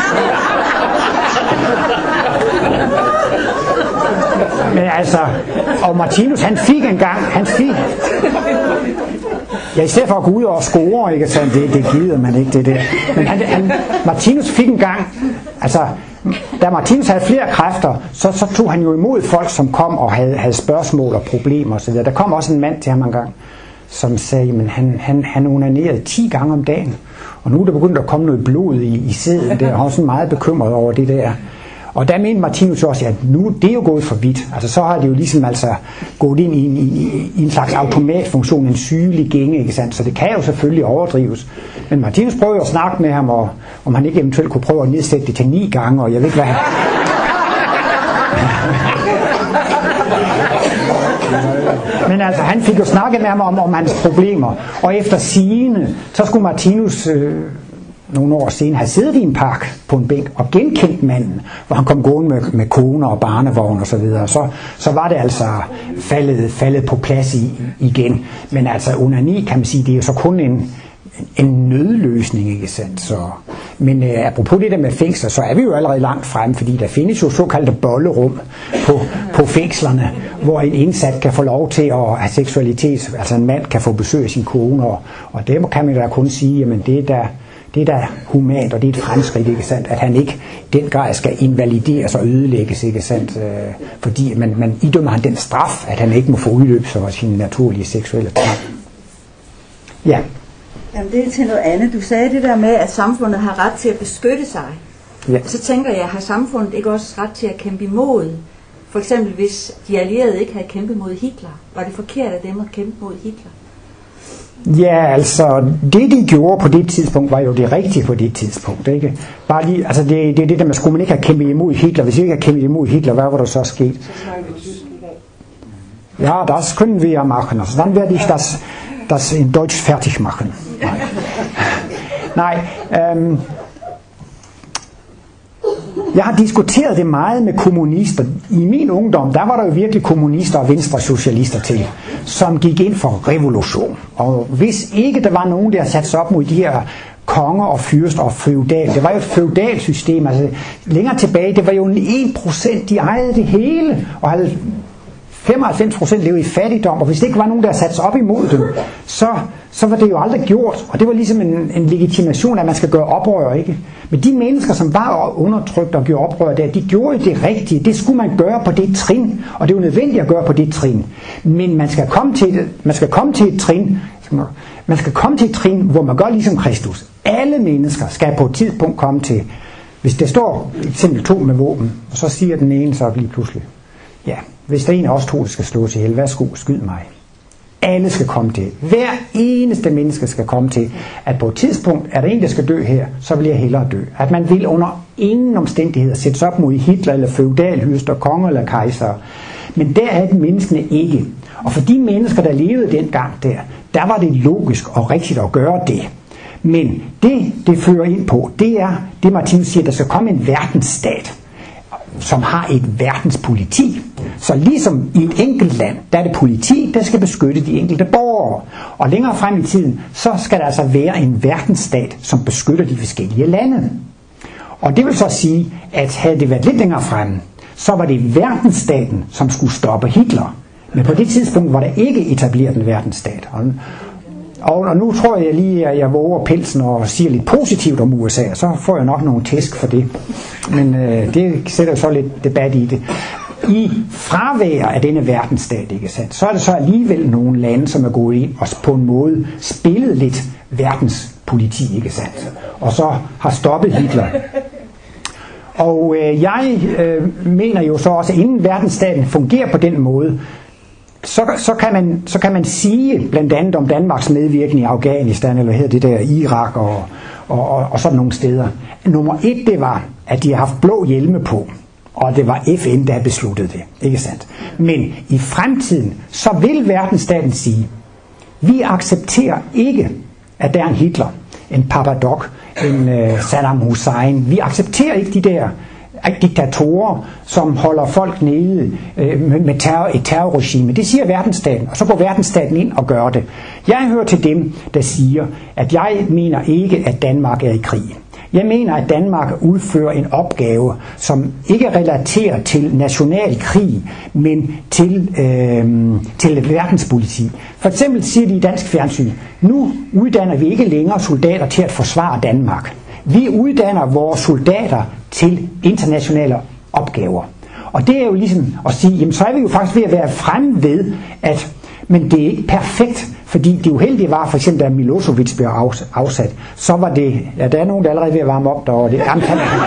Men altså, og Martinus, han fik engang, han fik, ja, i stedet for at gå ud og score, ikke, så det, det gider man ikke, det der. Men han, han, Martinus fik engang, altså, da Martinus havde flere kræfter, så, så tog han jo imod folk, som kom og havde, havde spørgsmål og problemer osv. Der kom også en mand til ham en gang, som sagde, men han, han, han onanerede ti gange om dagen, og nu er der begyndt at komme noget blod i, i sæden der, og han var sådan meget bekymret over det der. Og der mente Martinus også, at nu det er jo gået for vidt. Altså så har det jo ligesom altså gået ind i en, i, i en slags automatfunktion, en sygelig gænge, ikke sandt? Så det kan jo selvfølgelig overdrives. Men Martinus prøvede at snakke med ham, og om han ikke eventuelt kunne prøve at nedsætte det til ni gange, og jeg ved ikke hvad. Men altså, han fik jo snakket med ham om, om hans problemer, og efter sigende, så skulle Martinus øh, nogle år senere have siddet i en park på en bænk og genkendt manden, hvor han kom gående med, med koner og barnevogn og så videre. Så, så var det altså faldet, faldet på plads i, igen. Men altså, onani, kan man sige, det er jo så kun en, en nødløsning, ikke sandt? Så, men øh, apropos det der med fængsler, så er vi jo allerede langt frem, fordi der findes jo såkaldte bollerum på, på fængslerne, hvor en indsat kan få lov til at have seksualitet, altså en mand kan få besøg af sin kone, og, og det kan man da kun sige, jamen det er der Det er da humant, og det er et fremskridt, ikke sandt, at han ikke den grad skal invalideres og ødelægges, ikke sandt, øh, fordi man, man idømmer han den straf, at han ikke må få udløb sig af sine naturlige seksuelle trang. Ja. Jamen det er til noget andet. Du sagde det der med, at samfundet har ret til at beskytte sig. Ja. Så tænker jeg, har samfundet ikke også ret til at kæmpe imod? For eksempel hvis de allierede ikke havde kæmpet mod Hitler, var det forkert af dem at kæmpe mod Hitler? Ja, altså det de gjorde på det tidspunkt var jo det rigtige på det tidspunkt, ikke? Bare lige, altså det, det, det der med, skulle man ikke have kæmpet imod Hitler, hvis ikke have kæmpet imod Hitler, hvad var der så sket? Ja, das können wir ja machen, also dann werde ich das, das in Deutsch fertig machen. Nej, Nej øhm, jeg har diskuteret det meget med kommunister. I min ungdom, der var der jo virkelig kommunister og venstresocialister til, som gik ind for revolution. Og hvis ikke der var nogen, der havde sat sig op mod de her konger og fyrster og feudal, det var jo et feudalsystem, altså længere tilbage, det var jo en procent, de ejede det hele, og havde femoghalvfems procent levede i fattigdom, og hvis det ikke var nogen, der satte sig op imod dem, så, så var det jo aldrig gjort, og det var ligesom en, en legitimation, at man skal gøre oprør, ikke? Men de mennesker, som var undertrykt og gjorde oprør der, de gjorde det rigtige, det skulle man gøre på det trin, og det er jo nødvendigt at gøre på det trin, men man skal komme til, man skal komme til et trin, man skal komme til et trin, hvor man gør ligesom Kristus. Alle mennesker skal på et tidspunkt komme til, hvis der står eksempel to med våben, og så siger den ene så lige pludselig, ja, hvis der er en af os to, der skal slå til ihjel, værsgo, skyd mig. Alle skal komme til. Hver eneste menneske skal komme til, at på et tidspunkt er der en, der skal dø her, så vil jeg hellere dø. At man vil under ingen omstændigheder sætte sig op mod Hitler, eller feudalhyrster, konger eller kejser. Men der er det menneskene ikke. Og for de mennesker, der levede dengang der, der var det logisk og rigtigt at gøre det. Men det, det fører ind på, det er, det Martinus siger, der skal komme en verdensstat, som har et verdenspoliti. Så ligesom i et enkelt land, der er det politi, der skal beskytte de enkelte borgere. Og længere frem i tiden, så skal der altså være en verdensstat, som beskytter de forskellige lande. Og det vil så sige, at havde det været lidt længere fremme, så var det verdensstaten, som skulle stoppe Hitler. Men på det tidspunkt var der ikke etableret en verdensstat. Og, og nu tror jeg lige, at jeg våger pelsen og siger lidt positivt om U S A, så får jeg nok nogle tæsk for det. Men øh, det sætter jo så lidt debat i det. I fravær af denne verdensstat, ikke sandt, så er det så alligevel nogle lande, som er gået ind og på en måde spillet lidt verdenspoliti, ikke sandt, og så har stoppet Hitler. Og øh, jeg øh, mener jo så også, at inden verdensstaten fungerer på den måde, Så, så, kan man, så kan man sige blandt andet om Danmarks medvirken i Afghanistan, eller hvad hedder det der, Irak og, og, og, og sådan nogle steder. Nummer et, det var, at de har haft blå hjelme på. og det var F N, der besluttede det, ikke sandt? Men i fremtiden, så vil verdensstaten sige, vi accepterer ikke, at der er en Hitler, en Papa Doc, en uh, Saddam Hussein. Vi accepterer ikke de der diktatorer, som holder folk nede øh, med terror, et terrorregime. Det siger verdensstaten, og så går verdensstaten ind og gør det. Jeg hører til dem, der siger, at jeg mener ikke, at Danmark er i krig. Jeg mener, at Danmark udfører en opgave, som ikke relaterer til national krig, men til, øh, til verdenspolitik. For eksempel siger de i dansk fjernsyn, nu uddanner vi ikke længere soldater til at forsvare Danmark. Vi uddanner vores soldater til internationale opgaver. Og det er jo ligesom at sige, jamen så er vi jo faktisk ved at være fremme ved, at men det er ikke perfekt, fordi det uheldige var, for eksempel da Milosevic blev afsat, så var det, ja der er nogen, der allerede er ved at varme op derovre, det er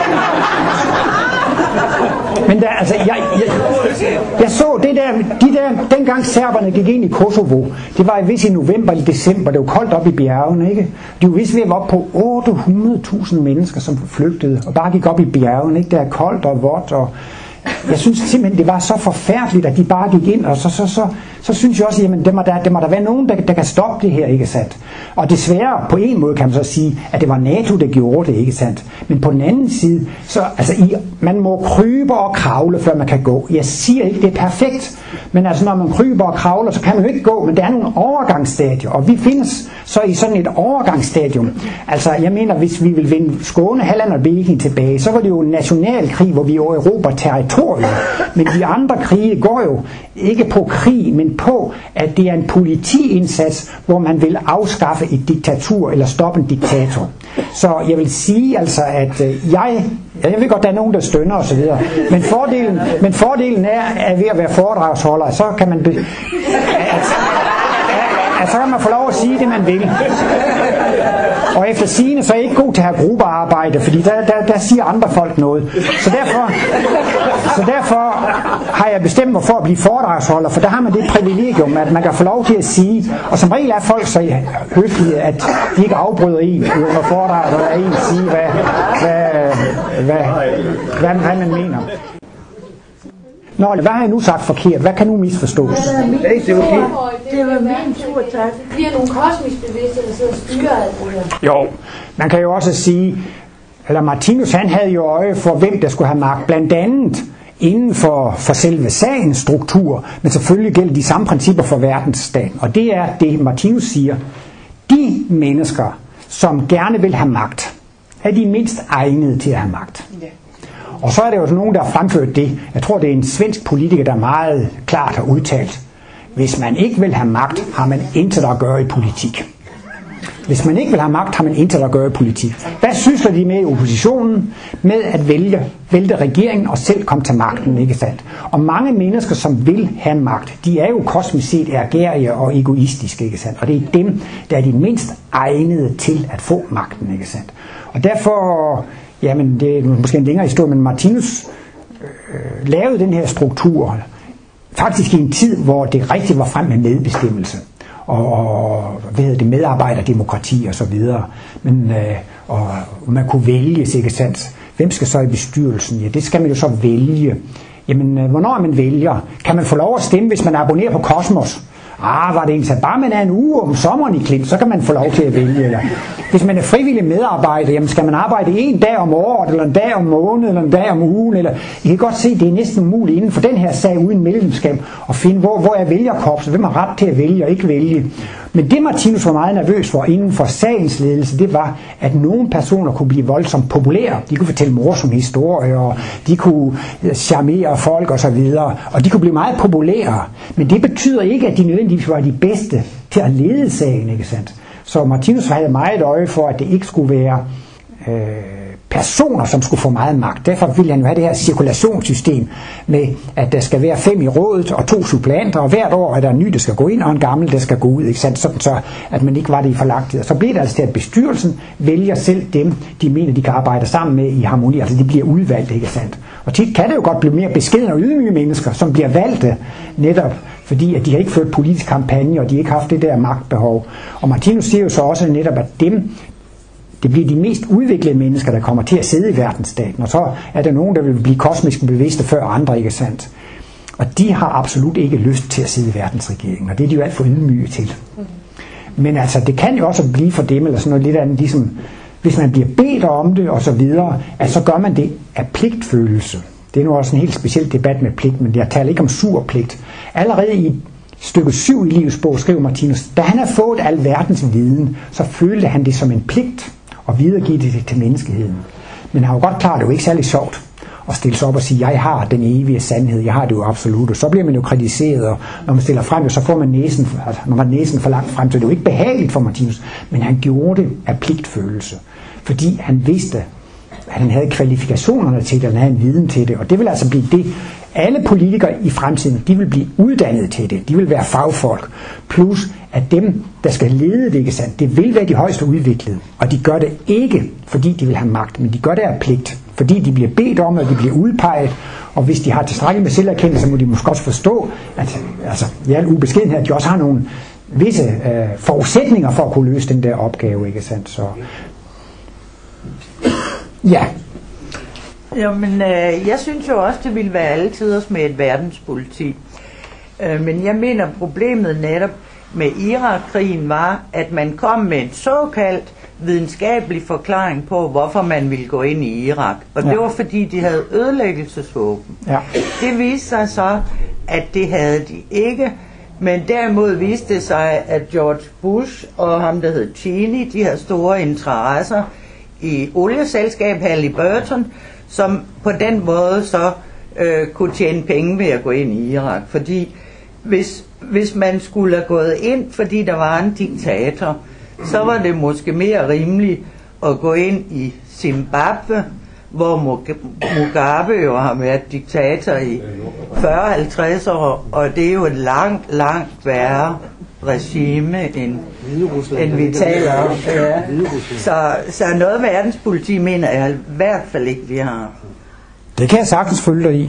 men der, altså, jeg, jeg, jeg så det der, de der, dengang serberne gik ind i Kosovo, det var vist i november eller december, det var koldt op i bjergene, ikke? De var vist ved at være op på otte hundrede tusind mennesker, som flygtede, og bare gik op i bjergene, ikke? Der er koldt og vådt, og jeg synes simpelthen, det var så forfærdeligt, at de bare gik ind, og så, så, så, så synes jeg også, jamen, der må der, der må der være nogen, der, der kan stoppe det her, ikke sandt? Og desværre, på en måde kan man så sige, at det var NATO, der gjorde det, ikke sandt? Men på den anden side, så, altså, I, man må krybe og kravle, før man kan gå. Jeg siger ikke, det er perfekt, men altså, når man kryber og kravler, så kan man jo ikke gå, men der er nogle overgangsstadier, og vi findes så i sådan et overgangsstadium. Altså, jeg mener, hvis vi vil vinde Skåne, Halland og Belgien tilbage, så var det jo en nationalkrig, hvor vi jo erobrer territoriet. Men de andre krige går jo ikke på krig, men på, at det er en politiindsats, hvor man vil afskaffe et diktatur eller stoppe en diktator. Så jeg vil sige altså, at jeg, jeg ved godt, der er nogen, der stønner osv., men fordelen, men fordelen er, at ved at være foredragsholder, så kan man, be, at, at, så kan man få lov at sige det, man vil. Og efter sigende, så er jeg ikke god til at have gruppearbejde, fordi der, der, der siger andre folk noget. Så derfor, så derfor har jeg bestemt mig for at blive foredragsholder, for der har man det privilegium, at man kan få lov til at sige, og som regel er folk så høflige, at de ikke afbryder en under foredraget, og der en sige, hvad, hvad, hvad, hvad, hvad man mener. Nå, hvad har jeg nu sagt forkert? Hvad kan nu misforstås? Hey, det var okay. Det var min tur, tak. Det bliver nogle kosmiske bevidste, der sidder og styrer alt det her. Jo, man kan jo også sige, eller Martinus, han havde jo øje for, hvem der skulle have magt, blandt andet inden for, for selve sagens struktur, men selvfølgelig gælder de samme principper for verdensstaten. Og det er det, Martinus siger. De mennesker, som gerne vil have magt, er de mindst egnede til at have magt. Ja. Og så er der jo nogen, der har fremført det. Jeg tror, det er en svensk politiker, der meget klart har udtalt. Hvis man ikke vil have magt, har man intet at gøre i politik. Hvis man ikke vil have magt, har man intet at gøre i politik. Hvad sysler de med i oppositionen? Med at vælge, vælte regeringen og selv komme til magten, ikke sandt? Og mange mennesker, som vil have magt, de er jo kosmisk set ærgerrige og egoistiske, ikke sandt? Og det er dem, der er de mindst egnede til at få magten, ikke sandt? Og derfor, jamen det er måske en længere historie, men Martinus øh, lavede den her struktur, faktisk i en tid, hvor det rigtig var frem med medbestemmelse. Og, og hvad hedder det, medarbejderdemokrati og så videre. Men, øh, og man kunne vælge, ikke sandt? Hvem skal så i bestyrelsen? Ja, det skal man jo så vælge. Jamen, øh, hvornår man vælger? Kan man få lov at stemme, hvis man abonnerer på Kosmos? Ah, var det egentlig bare man er en uge om sommeren i Klint, så kan man få lov til at vælge. Eller hvis man er frivillig medarbejder, jamen skal man arbejde en dag om året, eller en dag om måneden, eller en dag om ugen, eller I kan godt se, det er næsten umuligt inden for den her sag uden medlemskab at finde, hvor, hvor er vælgerkorpset, hvem har ret til at vælge og ikke vælge. Men det Martinus var meget nervøs for inden for sagens ledelse, det var, at nogle personer kunne blive voldsomt populære. De kunne fortælle morsomme historier, og de kunne charmere folk og så videre, og de kunne blive meget populære. Men det betyder ikke, at de nødvendigvis var de bedste til at lede sagen, ikke sandt? Så Martinus havde meget øje for, at det ikke skulle være øh, personer, som skulle få meget magt. Derfor ville han jo have det her cirkulationssystem med, at der skal være fem i rådet og to suppleanter, og hvert år er der en ny, der skal gå ind, og en gammel, der skal gå ud, ikke sandt? Sådan så, at man ikke var det i forlagtid. Så bliver det altså til, at bestyrelsen vælger selv dem, de mener, de kan arbejde sammen med i harmoni. Altså de bliver udvalgt, ikke sandt? Og tit kan det jo godt blive mere beskedne og ydmyge mennesker, som bliver valgte netop, fordi at de har ikke ført politisk kampagne, og de har ikke haft det der magtbehov. Og Martinus siger jo så også netop, at dem, det bliver de mest udviklede mennesker, der kommer til at sidde i verdensstaten, og så er der nogen, der vil blive kosmisk bevidste før andre, ikke sandt? Og de har absolut ikke lyst til at sidde i verdensregeringen, og det er de jo alt for ydmyge til. Men altså, det kan jo også blive for dem, eller sådan noget lidt andet, ligesom, hvis man bliver bedt om det, og så videre, at så gør man det af pligtfølelse. Det er nu også en helt speciel debat med pligt, men jeg taler ikke om sur pligt. Allerede i stykke syv i Livets bog skriver Martinus, da han har fået al verdens viden, så følte han det som en pligt at videregive det til menneskeheden. Men han var godt klar, at det er jo ikke særlig sjovt at stille sig op og sige, jeg har den evige sandhed, jeg har det jo absolut, og så bliver man jo kritiseret, og når man stiller frem, så får man næsen, altså, når man næsen for langt frem, så det er jo ikke behageligt for Martinus, men han gjorde det af pligtfølelse, fordi han vidste, at han havde kvalifikationerne til det, han havde en viden til det, og det vil altså blive det. Alle politikere i fremtiden, de vil blive uddannet til det, de vil være fagfolk, plus at dem, der skal lede det, ikke sandt, det vil være de højst udviklede, og de gør det ikke, fordi de vil have magt, men de gør det af pligt, fordi de bliver bedt om, at de bliver udpeget, og hvis de har tilstrækkeligt med selverkendelse, så må de måske også forstå, at altså, i al ubeskedenhed, at de også har nogle visse øh, forudsætninger for at kunne løse den der opgave, ikke sandt, så ja. Jamen, øh, jeg synes jo også, det ville være altid med et verdenspoliti. Øh, men jeg mener, problemet netop med Irak-krigen var, at man kom med en såkaldt videnskabelig forklaring på, hvorfor man ville gå ind i Irak. Og ja. Det var fordi, de havde ødelæggelsesvåben. Ja. Det viste sig så, at det havde de ikke. Men derimod viste det sig, at George Bush og ham, der hed Cheney, de havde store interesser i olieselskab Halliburton, som på den måde så øh, kunne tjene penge ved at gå ind i Irak. Fordi hvis, hvis man skulle have gået ind, fordi der var en diktator, så var det måske mere rimeligt at gå ind i Zimbabwe, hvor Mugabe jo har været diktator i fyrre til halvtreds år, og det er jo et langt, langt værre regime, end, end vi taler om. Ja. Så, så noget verdenspoliti mener jeg i hvert fald ikke, vi har. Det kan jeg sagtens følge dig i.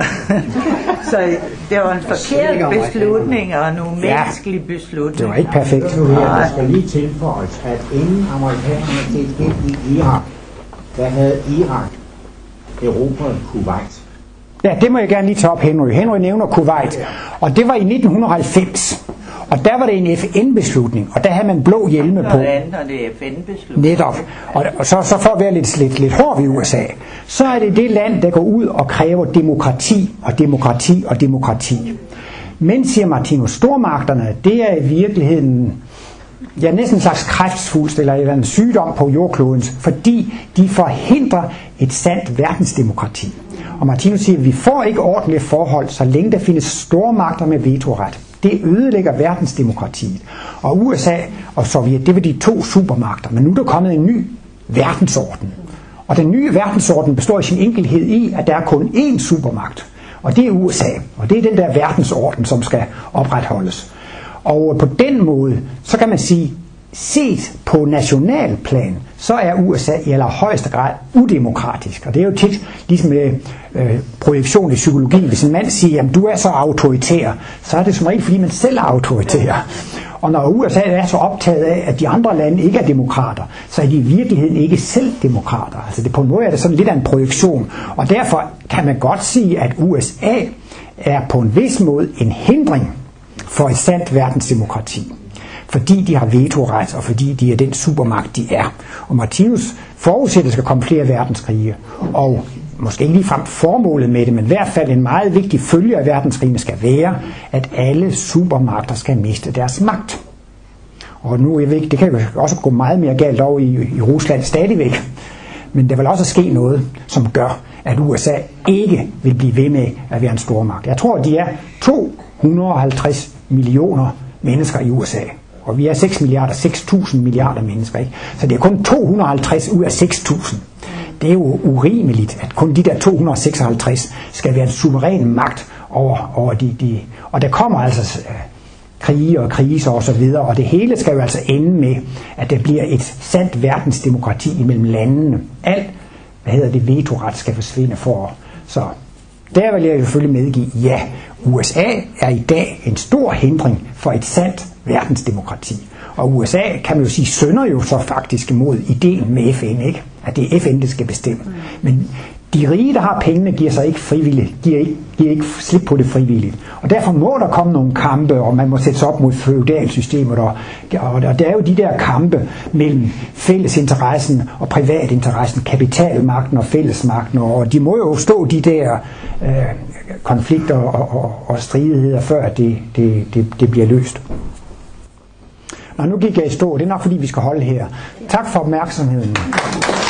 Så det var en forkert beslutning og nogle ja, menneskelige beslutninger. Det var ikke perfekt. Jeg skal lige tilføjes, at inden amerikanerne gik ind i Irak, der havde Irak Europa Kuwait. Ja, det må jeg gerne lige tage op, Henry. Henry nævner Kuwait, og det var i nitten halvfems. Og der var det en F N-beslutning, og der havde man blå hjelme på. Hvordan er det F N-beslutning? Netop. Og, og så, så for at være lidt, lidt, lidt hård ved U S A, så er det det land, der går ud og kræver demokrati og demokrati og demokrati. Men, siger Martinus, stormagterne, det er i virkeligheden ja, næsten en slags kræftsvulst eller en sygdom på jordkloden, fordi de forhindrer et sandt verdensdemokrati. Og Martinus siger, at vi får ikke ordentlige forhold, så længe der findes stormagter med vetoret. Det ødelægger verdensdemokratiet. Og U S A og Sovjet, det var de to supermagter. Men nu er der kommet en ny verdensorden. Og den nye verdensorden består i sin enkelhed i, at der er kun én supermagt. Og det er U S A. Og det er den der verdensorden, som skal opretholdes. Og på den måde, så kan man sige, set på nationalplan, så er U S A i allerhøjeste grad udemokratisk. Og det er jo tit ligesom med øh, projektion i psykologi. Hvis en mand siger, at du er så autoritær, så er det som regel, fordi man selv er autoritær. Og når U S A er så optaget af, at de andre lande ikke er demokrater, så er de i virkeligheden ikke selv demokrater. Altså det, på en måde er det sådan lidt af en projektion. Og derfor kan man godt sige, at U S A er på en vis måde en hindring for et sandt verdensdemokrati. Fordi de har vetoret, og fordi de er den supermagt, de er. Og Martinus forudsætter, at der skal komme flere verdenskrige. Og måske ikke ligefrem formålet med det, men i hvert fald en meget vigtig følge af verdenskrigene skal være, at alle supermagter skal miste deres magt. Og nu, jeg ved ikke, det kan jo også gå meget mere galt over i, i Rusland stadigvæk. Men der vil også ske noget, som gør, at U S A ikke vil blive ved med at være en stormagt. Jeg tror, de er to hundrede og halvtreds millioner mennesker i U S A. Og vi er seks milliarder, seks tusind milliarder mennesker, ikke? Så det er kun to hundrede og halvtreds ud af seks tusind. Det er jo urimeligt, at kun de der to hundrede og seksoghalvtreds skal være en suveræn magt over, over de, de... Og der kommer altså uh, krige og kriser og så videre, og det hele skal jo altså ende med, at der bliver et sandt verdensdemokrati imellem landene. Alt, hvad hedder det, vetoret skal forsvinde for. Så der vil jeg selvfølgelig medgive, ja, U S A er i dag en stor hindring for et sandt verdensdemokrati. Og U S A, kan man jo sige, synder jo så faktisk imod ideen med F N, ikke? At det er F N, der skal bestemme. Men de rige, der har pengene, giver sig ikke frivilligt, giver ikke, giver ikke slip på det frivilligt. Og derfor må der komme nogle kampe, og man må sætte sig op mod feudalsystemet. Og, og der er jo de der kampe mellem fællesinteressen og privatinteressen, kapitalmagten og fællesmagten, og de må jo stå de der øh, konflikter og, og, og stridigheder, før det, det, det, det bliver løst. Nå, nu gik jeg i stå. Det er nok fordi, vi skal holde her. Tak for opmærksomheden.